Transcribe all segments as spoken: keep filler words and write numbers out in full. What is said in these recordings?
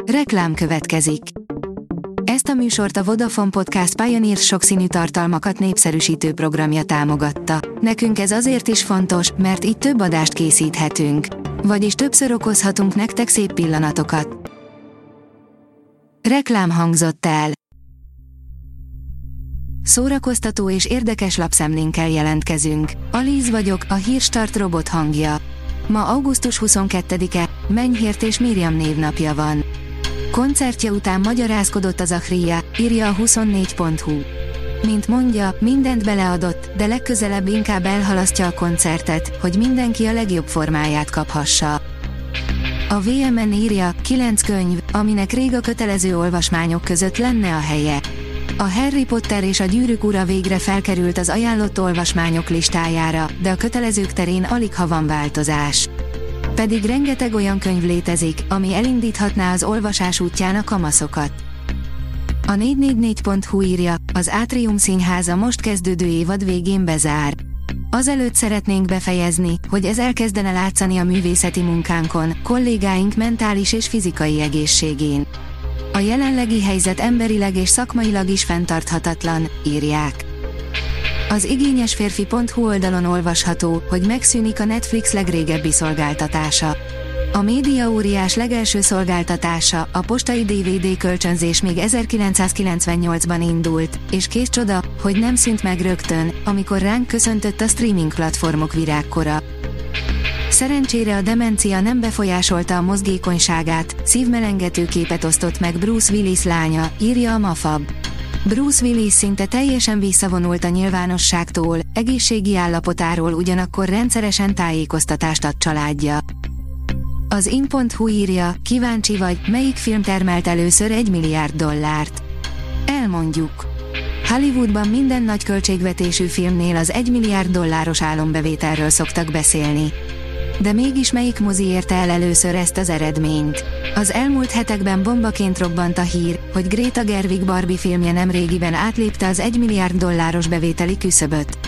Reklám következik. Ezt a műsort a Vodafone Podcast Pioneer sokszínű tartalmakat népszerűsítő programja támogatta. Nekünk ez azért is fontos, mert így több adást készíthetünk. Vagyis többször okozhatunk nektek szép pillanatokat. Reklám hangzott el. Szórakoztató és érdekes lapszemlénkkel jelentkezünk. Alíz vagyok, a Hírstart robot hangja. Ma augusztus huszonkettedike, Menyhért és Mirjam névnapja van. Koncertje után magyarázkodott az Achria, írja a huszonnégy pont hu. Mint mondja, mindent beleadott, de legközelebb inkább elhalasztja a koncertet, hogy mindenki a legjobb formáját kaphassa. A vé em en írja, kilenc könyv, aminek rég a kötelező olvasmányok között lenne a helye. A Harry Potter és a Gyűrűk ura végre felkerült az ajánlott olvasmányok listájára, de a kötelezők terén aligha van változás. Pedig rengeteg olyan könyv létezik, ami elindíthatná az olvasás útján a kamaszokat. A négy négy négy pont hu írja, az Átrium Színháza most kezdődő évad végén bezár. Azelőtt szeretnénk befejezni, hogy ez elkezdene látszani a művészeti munkánkon, kollégáink mentális és fizikai egészségén. A jelenlegi helyzet emberileg és szakmailag is fenntarthatatlan, írják. Az igényesférfi pont hu oldalon olvasható, hogy megszűnik a Netflix legrégebbi szolgáltatása. A médiaóriás legelső szolgáltatása, a postai dé vé dé kölcsönzés még ezerkilencszázkilencvennyolcban indult, és kész csoda, hogy nem szűnt meg rögtön, amikor ránk köszöntött a streaming platformok virágkora. Szerencsére a demencia nem befolyásolta a mozgékonyságát, szívmelengető képet osztott meg Bruce Willis lánya, írja a Mafab. Bruce Willis szinte teljesen visszavonult a nyilvánosságtól, egészségi állapotáról ugyanakkor rendszeresen tájékoztatást ad családja. Az in pont hu írja, kíváncsi vagy, melyik film termelt először egy milliárd dollárt. Elmondjuk. Hollywoodban minden nagy költségvetésű filmnél az egy milliárd dolláros álombevételről szoktak beszélni. De mégis melyik mozi érte el először ezt az eredményt? Az elmúlt hetekben bombaként robbant a hír, hogy Greta Gerwig Barbie filmje nemrégiben átlépte az egy milliárd dolláros bevételi küszöböt.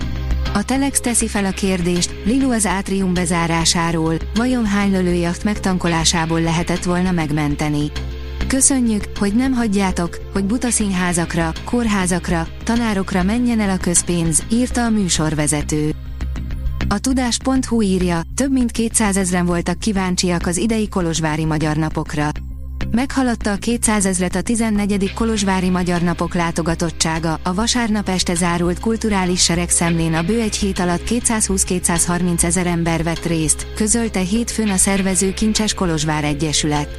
A Telex teszi fel a kérdést, Lilu az átrium bezárásáról, vajon hány lölőjacht megtankolásából lehetett volna megmenteni. Köszönjük, hogy nem hagyjátok, hogy buta színházakra, kórházakra, tanárokra menjen el a közpénz, írta a műsorvezető. A tudás pont hu írja, több mint kétszázezren voltak kíváncsiak az idei kolozsvári magyar napokra. Meghaladta a kétszázezret a tizennegyedik kolozsvári magyar napok látogatottsága, a vasárnap este zárult kulturális seregszemlén a bő egy hét alatt kétszázhúsz-kétszázharminc ezer ember vett részt, közölte hétfőn a szervező Kincses Kolozsvár Egyesület.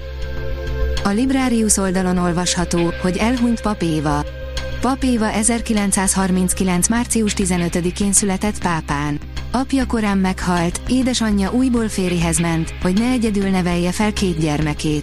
A Librarius oldalon olvasható, hogy elhunyt Pap Éva. Pap Éva ezerkilencszázharminckilenc március tizenötödikén született pápán. Apja korán meghalt, édesanyja újból férjhez ment, hogy ne egyedül nevelje fel két gyermekét.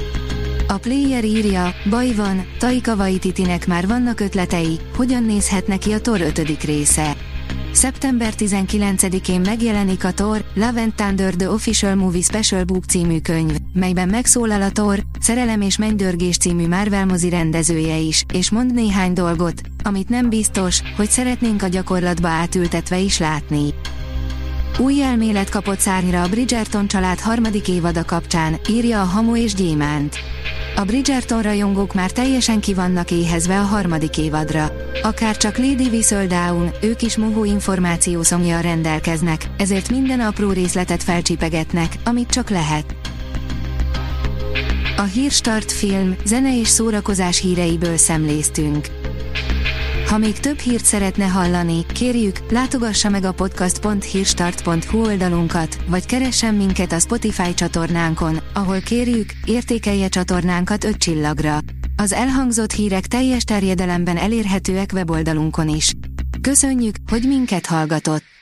A Player írja, baj van, Taika Waititinek már vannak ötletei, hogyan nézhet neki a Thor ötödik része. szeptember tizenkilencedikén megjelenik a Thor, Love and Thunder The Official Movie Special Book című könyv, melyben megszólal a Thor, Szerelem és mennydörgés című Marvel mozi rendezője is, és mond néhány dolgot, amit nem biztos, hogy szeretnénk a gyakorlatba átültetve is látni. Új elmélet kapott szárnyra a Bridgerton család harmadik évada kapcsán, írja a Hamu és Gyémánt. A Bridgerton rajongók már teljesen ki vannak éhezve a harmadik évadra. Akár csak Lady Whistledown, ők is mohó információszomjjal rendelkeznek, ezért minden apró részletet felcsipegetnek, amit csak lehet. A Hírstart film, zene és szórakozás híreiből szemléztünk. Ha még több hírt szeretne hallani, kérjük, látogassa meg a podcast pont hírstart pont hu oldalunkat, vagy keressen minket a Spotify csatornánkon, ahol kérjük, értékelje csatornánkat öt csillagra. Az elhangzott hírek teljes terjedelemben elérhetőek weboldalunkon is. Köszönjük, hogy minket hallgatott!